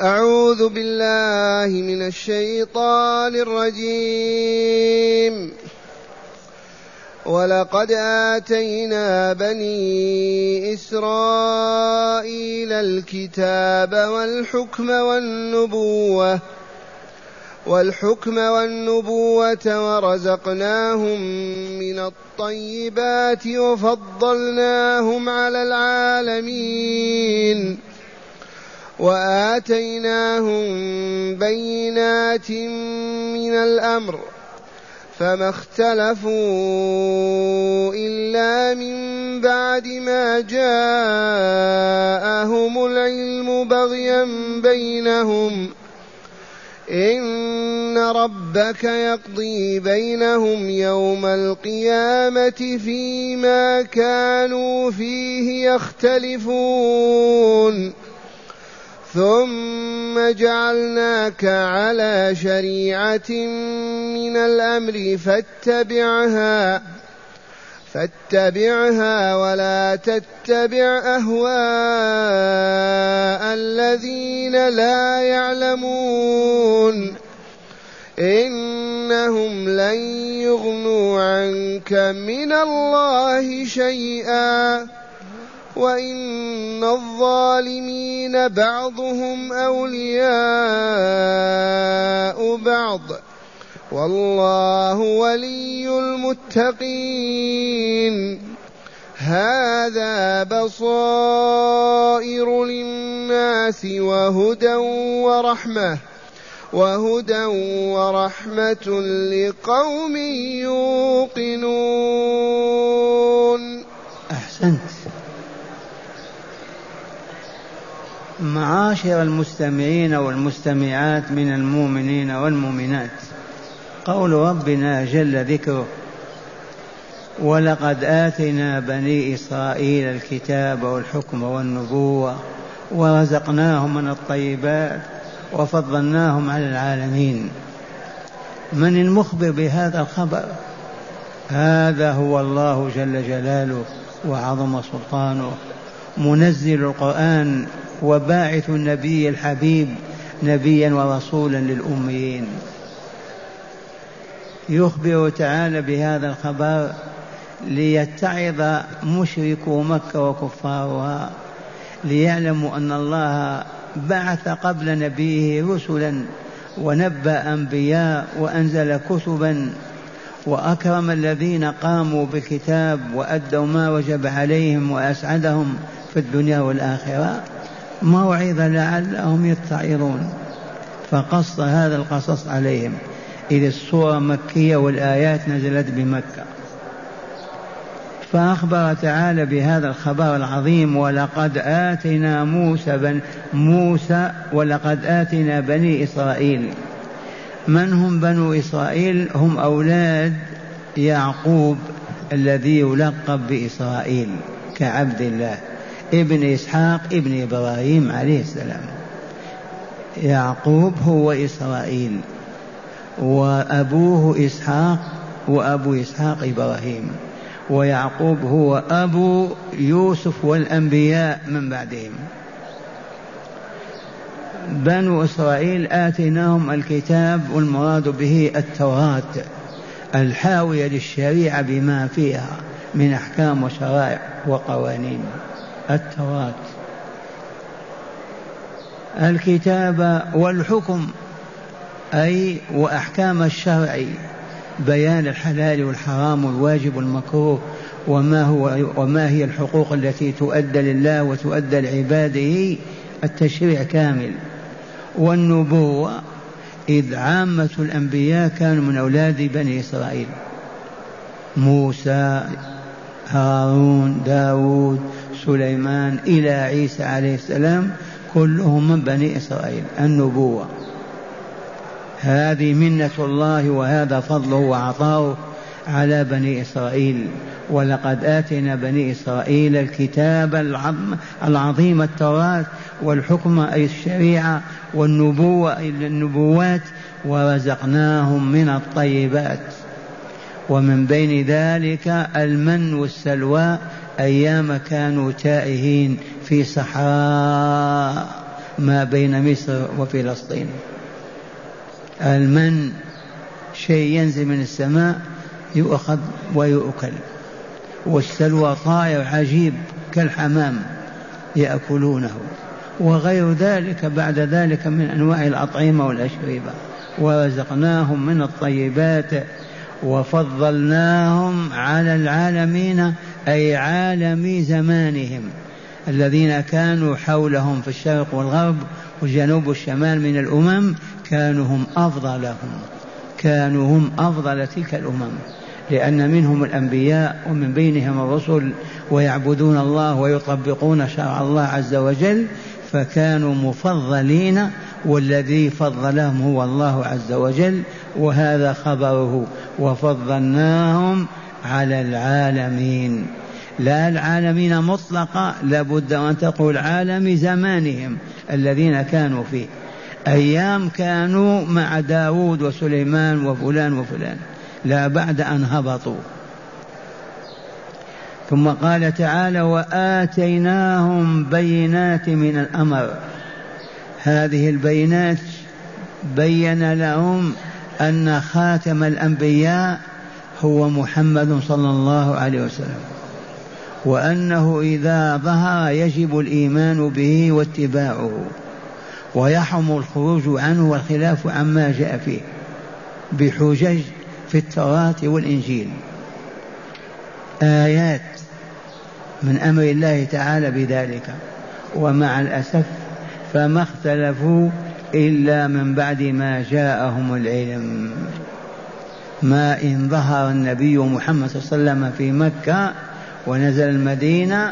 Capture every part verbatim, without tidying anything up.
أعوذ بالله من الشيطان الرجيم. ولقد آتينا بني إسرائيل الكتاب والحكم والنبوة والحكم والنبوة ورزقناهم من الطيبات وفضلناهم على العالمين وآتيناهم بينات من الأمر فما اختلفوا إلا من بعد ما جاءهم العلم بغيا بينهم إن ربك يقضي بينهم يوم القيامة فيما كانوا فيه يختلفون ثم جعلناك على شريعة من الأمر فاتبعها فاتبعها ولا تتبع أهواء الذين لا يعلمون إنهم لن يغنوا عنك من الله شيئا وإن الظالمين بعضهم أولياء بعض والله ولي المتقين. هذا بصائر للناس وهدى ورحمة وهدى ورحمة لقوم يوقنون. أحسنت. معاشر المستمعين والمستمعات من المؤمنين والمؤمنات، قول ربنا جل ذكره: ولقد آتينا بني إسرائيل الكتاب والحكم والنبوة ورزقناهم من الطيبات وفضلناهم على العالمين. من المخبر بهذا الخبر؟ هذا هو الله جل جلاله وعظم سلطانه، منزل القرآن وباعث النبي الحبيب نبيا ورسولا للأميين. يخبر تعالى بهذا الخبر ليتعظ مشركو مكة وكفارها، ليعلموا أن الله بعث قبل نبيه رسلا ونبأ أنبياء وأنزل كتبا وأكرم الذين قاموا بالكتاب وأدوا ما وجب عليهم وأسعدهم في الدنيا والآخرة، موعظة لعلهم يتعظون، فقص هذا القصص عليهم. إذ السورة مكية والآيات نزلت بمكة. فأخبر تعالى بهذا الخبر العظيم: ولقد آتينا موسى, بن موسى ولقد آتينا بني إسرائيل. من هم بنو إسرائيل؟ هم أولاد يعقوب الذي يلقب بإسرائيل كعبد الله، ابن إسحاق ابن إبراهيم عليه السلام. يعقوب هو إسرائيل وأبوه إسحاق وأبو إسحاق إبراهيم، ويعقوب هو أبو يوسف والأنبياء من بعدهم. بنو إسرائيل آتيناهم الكتاب، والمراد به التوراة الحاوية للشريعة بما فيها من أحكام وشرائع وقوانين. التوراة الكتاب والحكم أي وأحكام الشرع، بيان الحلال والحرام والواجب والمكروه وما هو وما هي الحقوق التي تؤدى لله وتؤدى لعباده، التشريع كامل. والنبوة إذ عامة الأنبياء كانوا من أولاد بني إسرائيل: موسى، هارون، داود، سليمان إلى عيسى عليه السلام، كلهم من بني إسرائيل. النبوة هذه منة الله وهذا فضله وعطاؤه على بني إسرائيل. ولقد آتينا بني إسرائيل الكتاب العظيم التوراة، والحكم أي الشريعة، والنبوة أي النبوات، ورزقناهم من الطيبات، ومن بين ذلك المن والسلوى أيام كانوا تائهين في صحراء ما بين مصر وفلسطين. المن شيء ينزل من السماء يؤخذ ويؤكل، والسلوى طائر عجيب كالحمام يأكلونه، وغير ذلك بعد ذلك من أنواع الأطعمة والأشربة. ورزقناهم من الطيبات وفضلناهم على العالمين، أي عالم زمانهم الذين كانوا حولهم في الشرق والغرب والجنوب والشمال من الأمم، كانوا هم أفضلهم، كانوا هم أفضل تلك الأمم، لأن منهم الأنبياء ومن بينهم الرسل ويعبدون الله ويطبقون شرع الله عز وجل، فكانوا مفضلين، والذي فضلهم هو الله عز وجل. وهذا خبره: وفضلناهم على العالمين. لا العالمين مطلقة، لابد أن تقول عالم زمانهم الذين كانوا فيه. أيام كانوا مع داود وسليمان وفلان وفلان، لا بعد أن هبطوا. ثم قال تعالى: وآتيناهم بينات من الأمر. هذه البينات بين لهم أن خاتم الأنبياء هو محمد صلى الله عليه وسلم، وأنه إذا ظهر يجب الإيمان به واتباعه، ويحرم الخروج عنه والخلاف عما جاء فيه بحجج في التوراة والإنجيل، آيات من أمر الله تعالى بذلك. ومع الأسف فما اختلفوا إلا من بعد ما جاءهم العلم. ما إن ظهر النبي محمد صلى الله عليه وسلم في مكة ونزل المدينة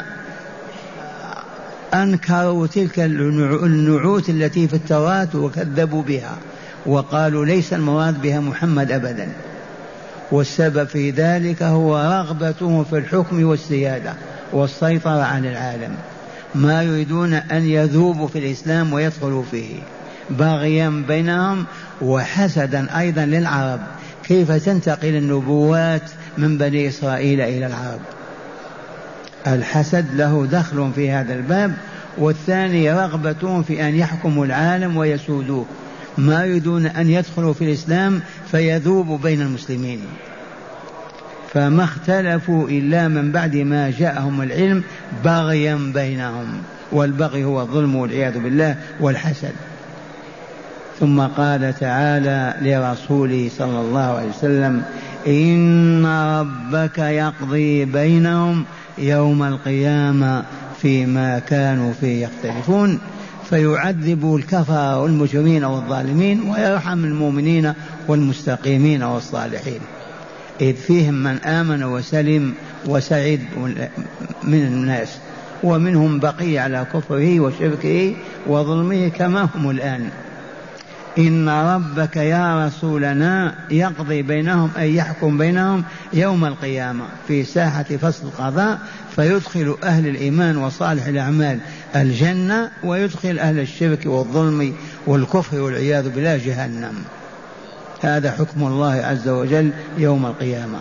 أنكروا تلك النعوت التي في التوراة وكذبوا بها، وقالوا ليس المراد بها محمد أبدا. والسبب في ذلك هو رغبتهم في الحكم والسيادة والسيطرة على العالم، ما يريدون أن يذوبوا في الإسلام ويدخلوا فيه، باغيا بينهم وحسدا أيضا للعرب. كيف تنتقل النبوات من بني إسرائيل إلى العرب؟ الحسد له دخل في هذا الباب. والثاني رغبتهم في أن يحكموا العالم ويسودوه، ما يريدون أن يدخلوا في الإسلام فيذوبوا بين المسلمين. فما اختلفوا إلا من بعد ما جاءهم العلم بغيا بينهم، والبغي هو الظلم والعياذ بالله والحسد. ثم قال تعالى لرسوله صلى الله عليه وسلم: إن ربك يقضي بينهم يوم القيامة فيما كانوا فيه يختلفون، فيعذب الكفر والمجرمين والظالمين ويرحم المؤمنين والمستقيمين والصالحين، إذ فيهم من آمن وسلم وسعد من الناس، ومنهم بقي على كفره وشركه وظلمه كما هم الآن. إن ربك يا رسولنا يقضي بينهم أي يحكم بينهم يوم القيامة في ساحة فصل القضاء، فيدخل أهل الإيمان وصالح الأعمال الجنة، ويدخل أهل الشرك والظلم والكفر والعياذ بالله جهنم. هذا حكم الله عز وجل يوم القيامة.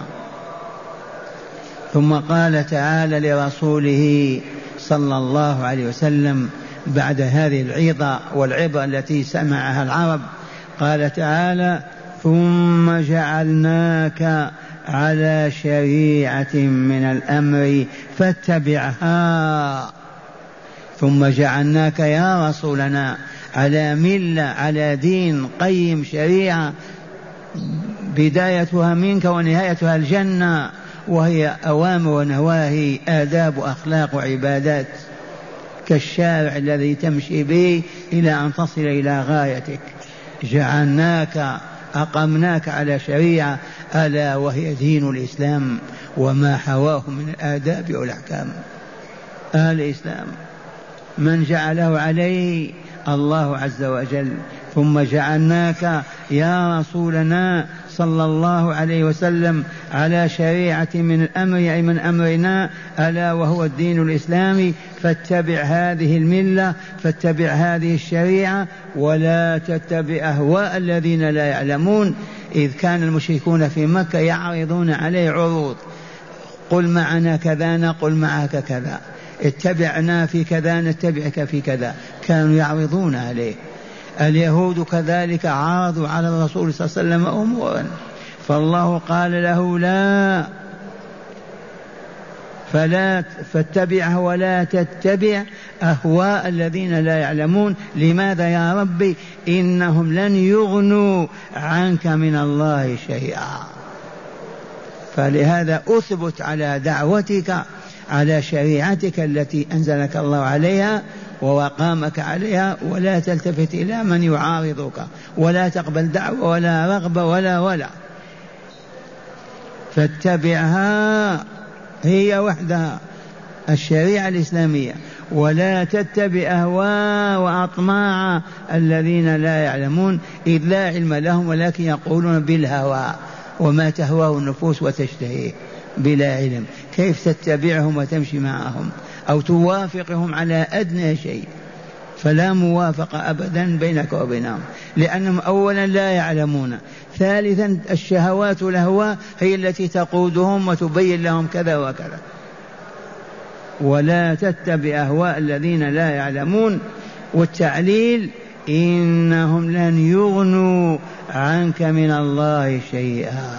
ثم قال تعالى لرسوله صلى الله عليه وسلم بعد هذه العظة والعبرة التي سمعها العرب، قال تعالى: ثم جعلناك على شريعة من الأمر فاتبعها. ثم جعلناك يا رسولنا على ملة، على دين قيم، شريعة بدايتها منك ونهايتها الجنة، وهي أوامر ونواهي، آداب وأخلاق وعبادات، كالشارع الذي تمشي به إلى أن تصل إلى غايتك. جعلناك أقمناك على شريعة ألا وهي دين الإسلام وما حواه من الآداب والأحكام. الإسلام من جعله عليه؟ الله عز وجل. ثم جعلناك يا رسولنا صلى الله عليه وسلم على شريعة من الأمر، أي من أمرنا، ألا وهو الدين الإسلامي، فاتبع هذه الملة، فاتبع هذه الشريعة، ولا تتبع أهواء الذين لا يعلمون. إذ كان المشركون في مكة يعرضون عليه عروض: قل معنا كذا نقل معك كذا، اتبعنا في كذا نتبعك في كذا، كانوا يعرضون عليه. اليهود كذلك عارضوا على الرسول صلى الله عليه وسلم أمورا، فالله قال له لا، فلا فاتبعه ولا تتبع أهواء الذين لا يعلمون. لماذا يا ربي؟ إنهم لن يغنوا عنك من الله شيئا. فلهذا أثبت على دعوتك، على شريعتك التي أنزلك الله عليها ووقامك عليها، ولا تلتفت إلى من يعارضك، ولا تقبل دعوة ولا رغبة ولا ولا فاتبعها هي وحدها الشريعة الإسلامية، ولا تتبع أهواء وأطماع الذين لا يعلمون، إذ لا علم لهم ولكن يقولون بالهوى وما تهواه النفوس وتشتهيه بلا علم. كيف تتبعهم وتمشي معهم أو توافقهم على أدنى شيء؟ فلا موافقة أبدا بينك وبينهم، لأنهم أولا لا يعلمون، ثالثا الشهوات والأهواء هي التي تقودهم وتبين لهم كذا وكذا. ولا تتبع أهواء الذين لا يعلمون. والتعليل إنهم لن يغنوا عنك من الله شيئا.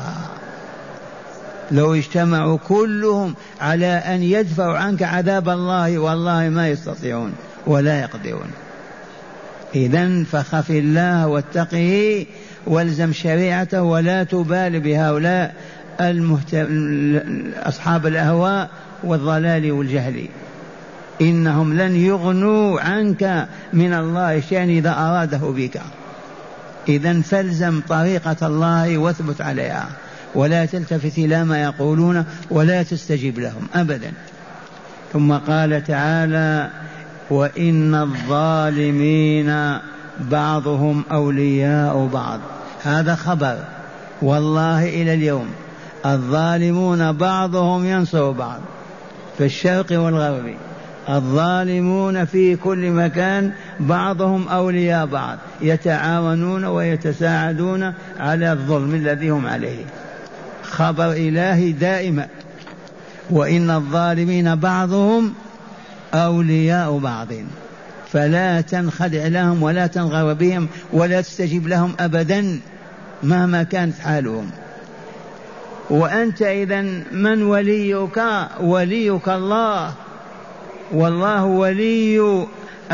لو اجتمعوا كلهم على أن يدفعوا عنك عذاب الله والله ما يستطيعون ولا يقدرون. إذن فخف الله واتقه والزم شريعته، ولا تبال بهؤلاء المهت... أصحاب الأهواء والضلال والجهل. إنهم لن يغنوا عنك من الله شيئا إذا أراده بك. إذن فالزم طريقة الله واثبت عليها، ولا تلتفت إلى ما يقولون ولا تستجب لهم أبدا. ثم قال تعالى: وإن الظالمين بعضهم أولياء بعض. هذا خبر والله إلى اليوم الظالمون بعضهم ينصر بعض في الشرق والغرب، الظالمون في كل مكان بعضهم أولياء بعض، يتعاونون ويتساعدون على الظلم الذي هم عليه. خبر إلهي دائما. وإن الظالمين بعضهم أولياء بعض، فلا تنخدع لهم ولا تنغر بهم ولا تستجيب لهم أبدا مهما كانت حالهم. وأنت إذن من وليك؟ وليك الله، والله ولي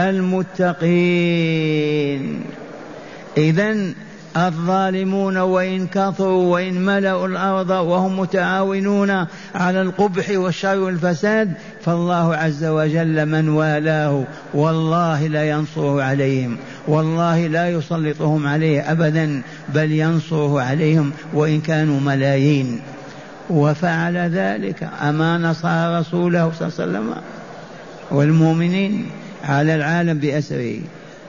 المتقين. إذن الظالمون وإن كثروا وإن ملأوا الأرض وهم متعاونون على القبح والشر والفساد، فالله عز وجل من والاه والله لا ينصره عليهم، والله لا يسلطهم عليه أبدا، بل ينصره عليهم وإن كانوا ملايين. وفعل ذلك. أما نصر رسوله صلى الله عليه وسلم والمؤمنين على العالم بأسره.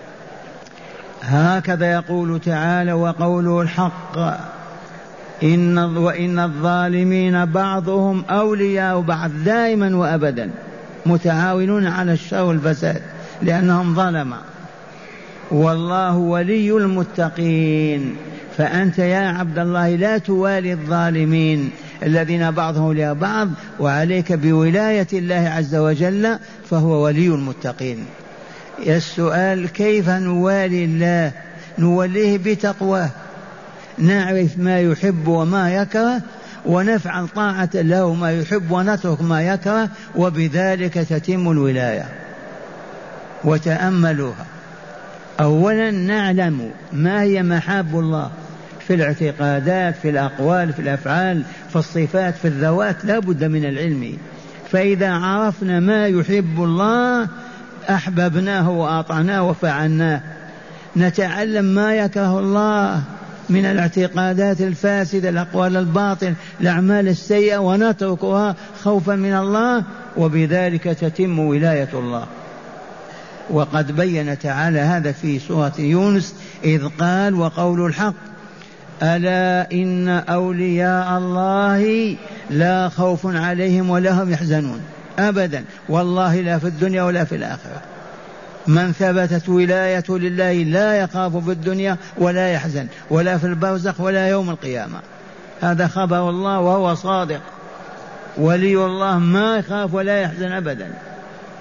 هكذا يقول تعالى: وقوله الحق إن وإن الظالمين بعضهم أولياء بعض، دائما وأبدا متعاونون على الشر والفساد لأنهم ظلمة، والله ولي المتقين. فأنت يا عبد الله لا توالي الظالمين الذين بعضهم أولياء بعض، وعليك بولاية الله عز وجل فهو ولي المتقين. السؤال: كيف نوالي الله؟ نوليه بتقواه، نعرف ما يحب وما يكره ونفعل طاعة له ما يحب ونترك ما يكره، وبذلك تتم الولاية. وتأملوها. أولا نعلم ما هي محاب الله في الاعتقادات، في الأقوال، في الأفعال، في الصفات، في الذوات، لا بد من العلم. فإذا عرفنا ما يحب الله أحببناه وأطعناه وفعلناه. نتعلم ما يكره الله من الاعتقادات الفاسدة، الأقوال الباطل، الأعمال السيئة، ونتركها خوفا من الله، وبذلك تتم ولاية الله. وقد بين تعالى هذا في سورة يونس إذ قال: وقول الحق ألا إن أولياء الله لا خوف عليهم ولا هم يحزنون أبدا، والله لا في الدنيا ولا في الآخرة. من ثبتت ولايته لله لا يخاف في الدنيا ولا يحزن، ولا في البرزخ ولا يوم القيامة. هذا خبر الله وهو صادق. ولي الله ما يخاف ولا يحزن أبدا.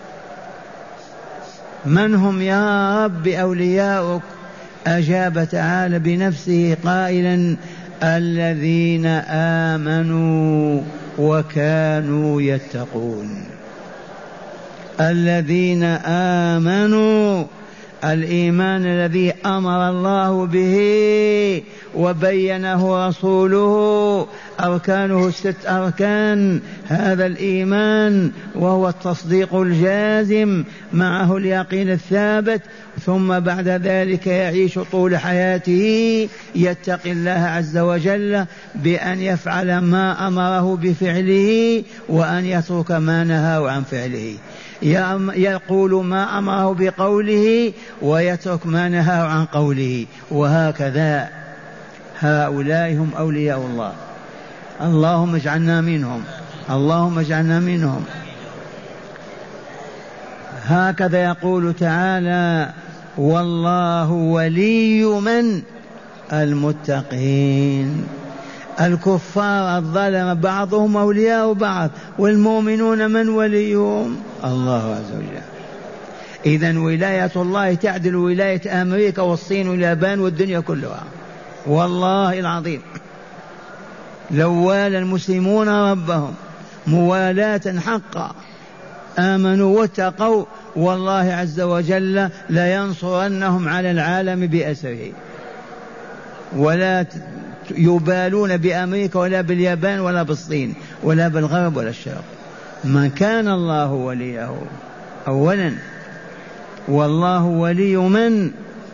من هم يا رب أولياؤك؟ أجاب تعالى بنفسه قائلا الذين آمنوا وكانوا يتقون. الذين آمنوا، الإيمان الذي أمر الله به وبينه رسوله، أركانه الست أركان هذا الإيمان، وهو التصديق الجازم معه اليقين الثابت، ثم بعد ذلك يعيش طول حياته يتقي الله عز وجل بأن يفعل ما أمره بفعله وأن يترك ما نهاه عن فعله، يقول ما أمره بقوله ويترك ما نهاه عن قوله، وهكذا هؤلاء هم أولياء الله. اللهم اجعلنا منهم، اللهم اجعلنا منهم. هكذا يقول تعالى والله ولي من؟ المتقين. الكفار الظلم بعضهم أولياء بعض، والمؤمنون من وليهم؟ الله عز وجل. إذن ولاية الله تعدل ولاية أمريكا والصين واليابان والدنيا كلها، والله العظيم. لو والى المسلمون ربهم موالاة حقا آمنوا واتقوا، والله عز وجل لينصرنهم على العالم بأسره، ولا يبالون بأمريكا ولا باليابان ولا بالصين ولا بالغرب ولا الشرق. من كان الله وليه أولا، والله ولي من؟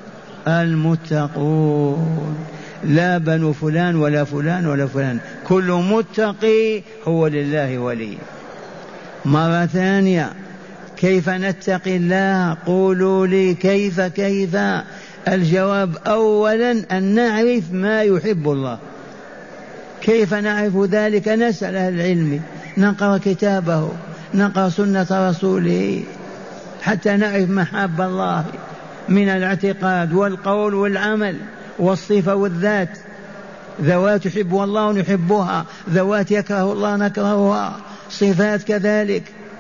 المتقون. لا بنو فلان ولا فلان ولا فلان، كل متقي هو لله ولي. مرة ثانية، كيف نتقي الله؟ قولوا لي كيف كيف الجواب أولا أن نعرف ما يحب الله. كيف نعرف ذلك؟ نسأل أهل العلم، نقرأ كتابه، نقرأ سنة رسوله، حتى نعرف محاب الله من الاعتقاد والقول والعمل والصفة والذات. ذوات يحبها الله نحبها، ذوات يكره الله نكرهها، صفات كذلك.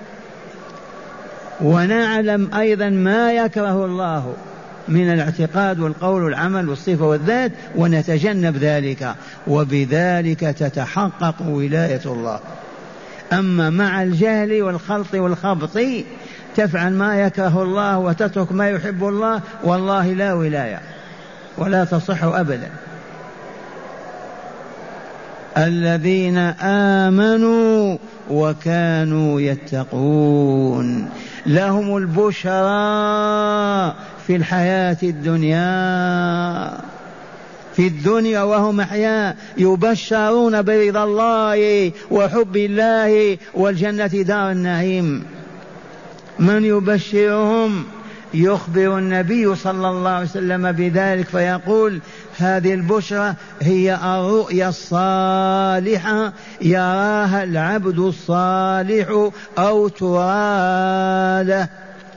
ونعلم أيضا ما يكره الله من الاعتقاد والقول والعمل والصفة والذات، ونتجنب ذلك، وبذلك تتحقق ولاية الله. أما مع الجهل والخلط والخبط تفعل ما يكره الله وتترك ما يحب الله، والله لا ولاية ولا تصح أبدا. الذين آمنوا وكانوا يتقون لهم البشرى في الحياة الدنيا، في الدنيا وهم أحياء، يبشرون برضا الله وحب الله والجنة دار النعيم. من يبشرهم؟ يخبر النبي صلى الله عليه وسلم بذلك فيقول هذه البشرى هي الرؤيا الصالحة يراها العبد الصالح أو ترى له.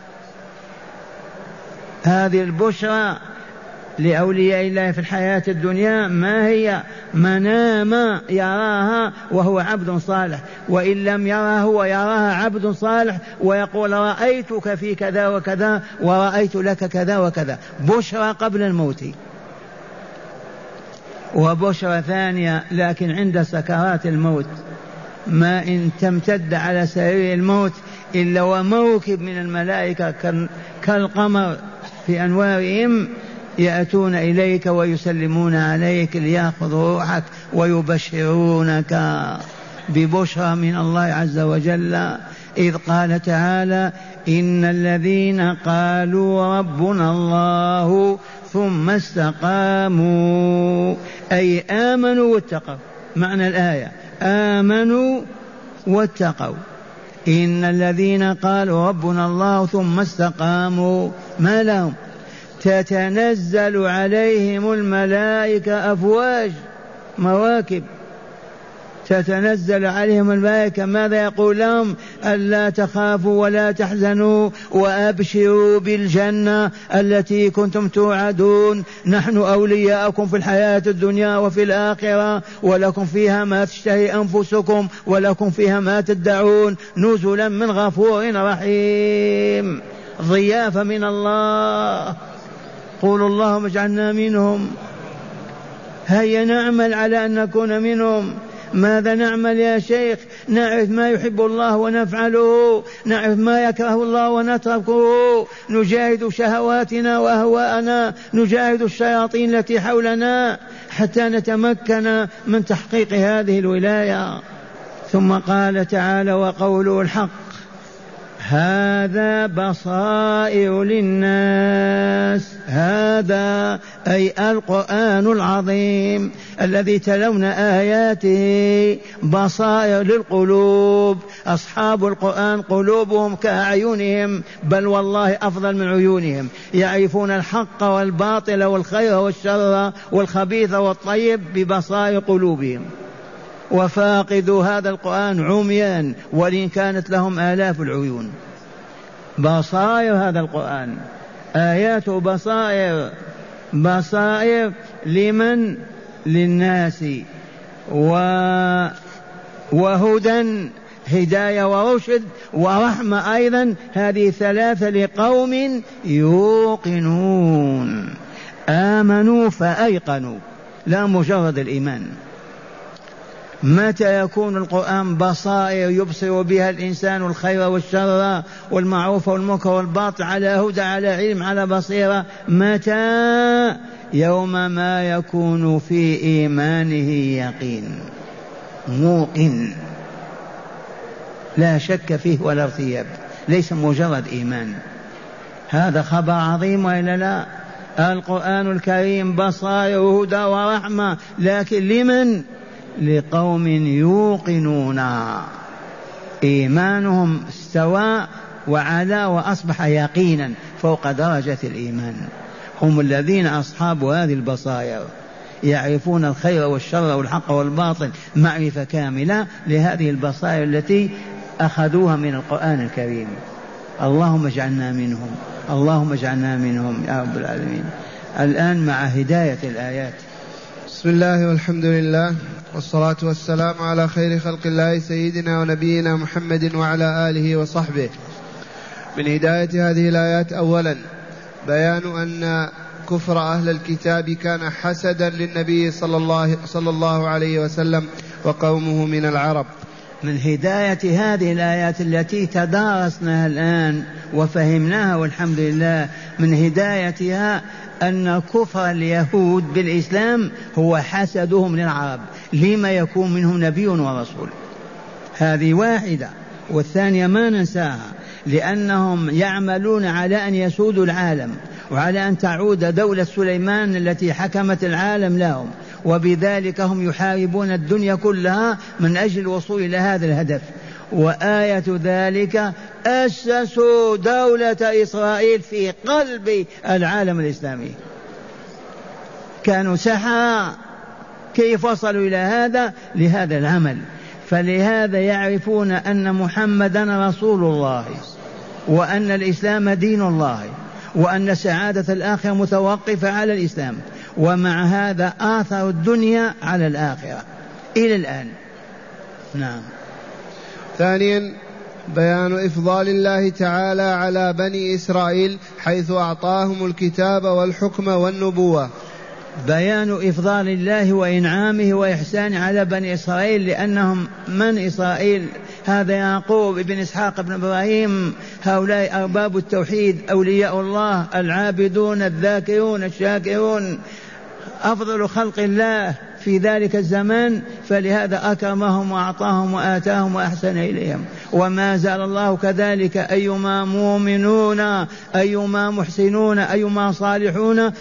هذه البشرى لأولياء الله في الحياة الدنيا ما هي؟ منام يراها وهو عبد صالح، وإن لم يرها هو يراها عبد صالح ويقول رأيتك في كذا وكذا ورأيت لك كذا وكذا. بشرى قبل الموت. وبشرى ثانية لكن عند سكرات الموت، ما إن تمتد على سرير الموت إلا وموكب من الملائكة كالقمر في أنوارهم يأتون إليك ويسلمون عليك ليأخذوا روحك ويبشرونك ببشرى من الله عز وجل. إذ قال تعالى إن الذين قالوا ربنا الله ثم استقاموا، أي آمنوا واتقوا. معنى الآية آمنوا واتقوا. إن الذين قالوا ربنا الله ثم استقاموا ما لهم؟ تتنزل عليهم الملائكة أفواج، مواكب تتنزل عليهم الملائكة. ماذا يقول لهم؟ ألا تخافوا ولا تحزنوا وأبشروا بالجنة التي كنتم توعدون، نحن أولياءكم في الحياة الدنيا وفي الآخرة، ولكم فيها ما تشتهي أنفسكم ولكم فيها ما تدعون، نزلا من غفور رحيم. ضيافة من الله. قولوا اللهم اجعلنا منهم. هيا نعمل على أن نكون منهم. ماذا نعمل يا شيخ؟ نعرف ما يحب الله ونفعله، نعرف ما يكره الله ونتركه، نجاهد شهواتنا وأهواءنا، نجاهد الشياطين التي حولنا حتى نتمكن من تحقيق هذه الولاية. ثم قال تعالى وقوله الحق هذا بصائر للناس. هذا أي القرآن العظيم الذي تلون آياته بصائر للقلوب. أصحاب القرآن قلوبهم كأعينهم، بل والله أفضل من عيونهم، يعرفون الحق والباطل والخير والشر والخبيث والطيب ببصائر قلوبهم. وفاقدوا هذا القرآن عميان وإن كانت لهم آلاف العيون. بصائر هذا القرآن آياته بصائر. بصائر لمن؟ للناس. و... وهدى هداية ورشد ورحمة أيضا. هذه ثلاثة لقوم يوقنون. آمنوا فأيقنوا، لا مجرد الإيمان. متى يكون القرآن بصائر يبصر بها الإنسان الخير والشر والمعروف والمنكر والباطل على هدى على علم على بصيرة؟ متى؟ يوم ما يكون في إيمانه يقين، موقن لا شك فيه ولا ارتياب، ليس مجرد إيمان. هذا خبر عظيم وإلا لا؟ القرآن الكريم بصائر وهدى ورحمة، لكن لمن؟ لقوم يوقنون، إيمانهم استوى وعلى وأصبح يقينا فوق درجة الإيمان. هم الذين أصحاب هذه البصائر، يعرفون الخير والشر والحق والباطل معرفة كاملة لهذه البصائر التي أخذوها من القرآن الكريم. اللهم اجعلنا منهم، اللهم اجعلنا منهم يا رب العالمين. الآن مع هداية الآيات. بسم الله والحمد لله والصلاة والسلام على خير خلق الله سيدنا ونبينا محمد وعلى آله وصحبه. من هداية هذه الآيات أولا بيان أن كفر أهل الكتاب كان حسدا للنبي صلى الله, صلى الله عليه وسلم وقومه من العرب. من هداية هذه الآيات التي تدارسناها الآن وفهمناها والحمد لله، من هدايتها أن كفر اليهود بالإسلام هو حسدهم للعرب، لما يكون منهم نبي ورسول. هذه واحدة. والثانية ما ننساها، لأنهم يعملون على أن يسودوا العالم وعلى أن تعود دولة سليمان التي حكمت العالم لهم، وبذلك هم يحاربون الدنيا كلها من أجل الوصول إلى هذا الهدف. وآية ذلك أسسوا دولة إسرائيل في قلب العالم الإسلامي، كانوا سحرة. كيف وصلوا إلى هذا؟ لهذا العمل. فلهذا يعرفون أن محمدا رسول الله، وأن الإسلام دين الله، وأن سعادة الآخرة متوقفة على الإسلام، ومع هذا آثروا الدنيا على الآخرة إلى الآن. نعم. ثانيا بيان إفضال الله تعالى على بني إسرائيل حيث أعطاهم الكتاب والحكم والنبوة. بيان إفضال الله وإنعامه وإحسانه على بني إسرائيل، لأنهم من إسرائيل؟ هذا يعقوب ابن إسحاق ابن إبراهيم، هؤلاء أرباب التوحيد، أولياء الله العابدون الذاكرون الشاكرون، أفضل خلق الله في ذلك الزمان، فلهذا أكرمهم وأعطاهم وآتاهم وأحسن إليهم. وما زال الله كذلك، أيما مؤمنون أيما محسنون أيما صالحون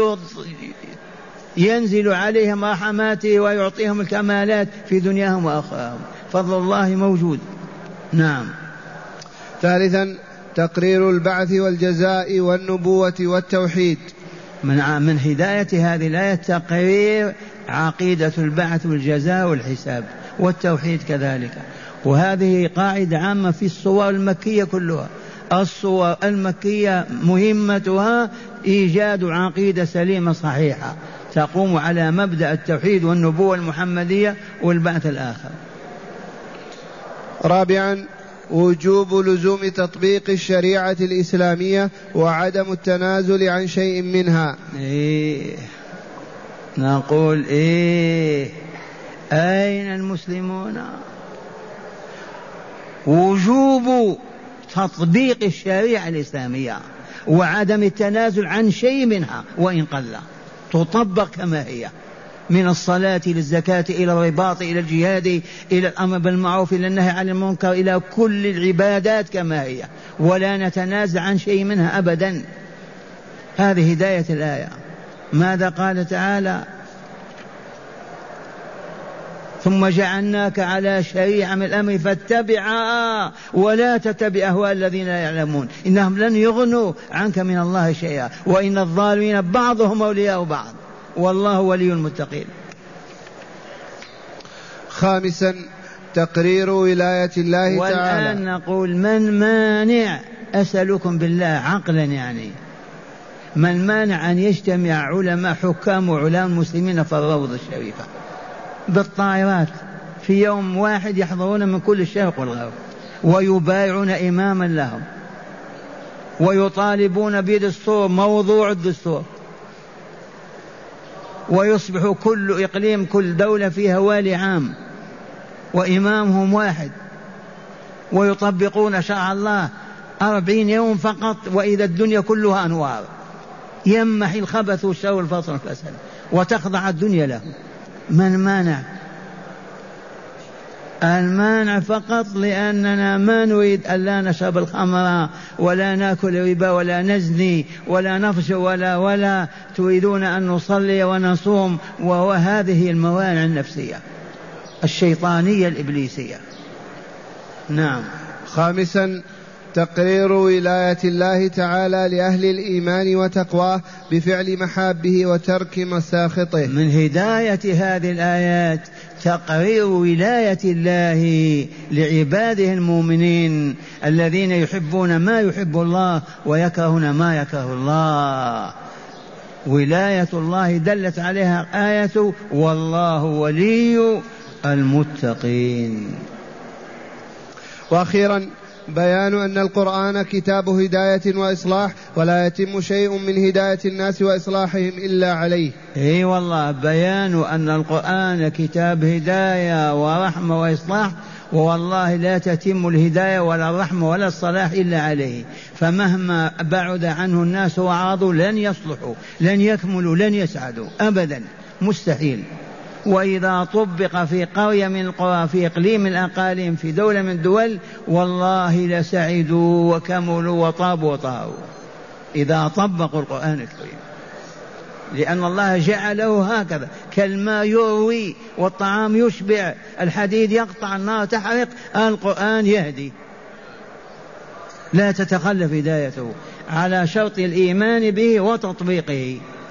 ينزل عليهم رحماته ويعطيهم الكمالات في دنياهم وآخرهم، فضل الله موجود. نعم. ثالثا تقرير البعث والجزاء والنبوة والتوحيد. من من هداية هذه الآية تقرير عقيدة البعث والجزاء والحساب والتوحيد كذلك. وهذه قاعدة عامة في الصور المكية كلها. الصور المكية مهمتها إيجاد عقيدة سليمة صحيحة تقوم على مبدأ التوحيد والنبوة المحمدية والبعث الآخر. رابعا وجوب لزوم تطبيق الشريعة الإسلامية وعدم التنازل عن شيء منها. إيه نقول إيه أين المسلمون؟ وجوب تطبيق الشريعة الإسلامية وعدم التنازل عن شيء منها وإن قل، تطبق كما هي، من الصلاة إلى الزكاة إلى الرباط إلى الجهاد إلى الأمر بالمعروف إلى النهي عن المنكر إلى كل العبادات كما هي، ولا نتنازل عن شيء منها أبدا. هذه هداية الآية. ماذا قال تعالى؟ ثم جعلناك على شريعة من الأمر فاتبعها ولا تتبع أهواء الذين لا يعلمون إنهم لن يغنوا عنك من الله شيئا وإن الظالمين بعضهم أولياء بعض والله ولي المتقين. خامسا تقرير ولاية الله والآن تعالى. والآن نقول من مانع، أسألكم بالله عقلا يعني، من مانع أن يجتمع علماء حكام وعلماء المسلمين في الروضة الشريفة بالطائرات في يوم واحد، يحضرون من كل الشرق والغرب ويبايعون إماما لهم ويطالبون بدستور موضوع الدستور، ويصبح كل إقليم كل دولة فيها والي عام وإمامهم واحد، ويطبقون شرع الله أربعين يوم فقط، وإذا الدنيا كلها أنوار، يمحي الخبث والشر والفصل والفساد وتخضع الدنيا له. من مانع؟ المانع فقط لأننا ما نريد أن لا نشرب الخمر ولا نأكل ربا ولا نزني ولا نفش ولا ولا تريدون أن نصلي ونصوم، وهذه الموانع النفسية الشيطانية الإبليسية. نعم. خامسا تقرير ولاية الله تعالى لأهل الإيمان وتقواه بفعل محابه وترك مساخطه. من هداية هذه الآيات تقرير ولاية الله لعباده المؤمنين الذين يحبون ما يحب الله ويكرهون ما يكره الله. ولاية الله دلت عليها آية والله ولي المتقين. وأخيرا بيان أن القرآن كتاب هداية وإصلاح، ولا يتم شيء من هداية الناس وإصلاحهم إلا عليه. اي والله، بيان أن القرآن كتاب هداية ورحمة وإصلاح، والله لا تتم الهداية ولا الرحمة ولا الصلاح إلا عليه، فمهما بعد عنه الناس وعرضوا لن يصلحوا لن يكملوا لن يسعدوا أبدا، مستحيل. وإذا طبق في قرية من القرى في إقليم من الأقاليم في دولة من الدول والله لسعدوا وكملوا وطابوا وطاروا إذا طبقوا القرآن الكريم، لأن الله جعله هكذا، كالماء يروي والطعام يشبع، الحديد يقطع النار تحرق، القرآن يهدي لا تتخلف هدايته على شرط الإيمان به وتطبيقه.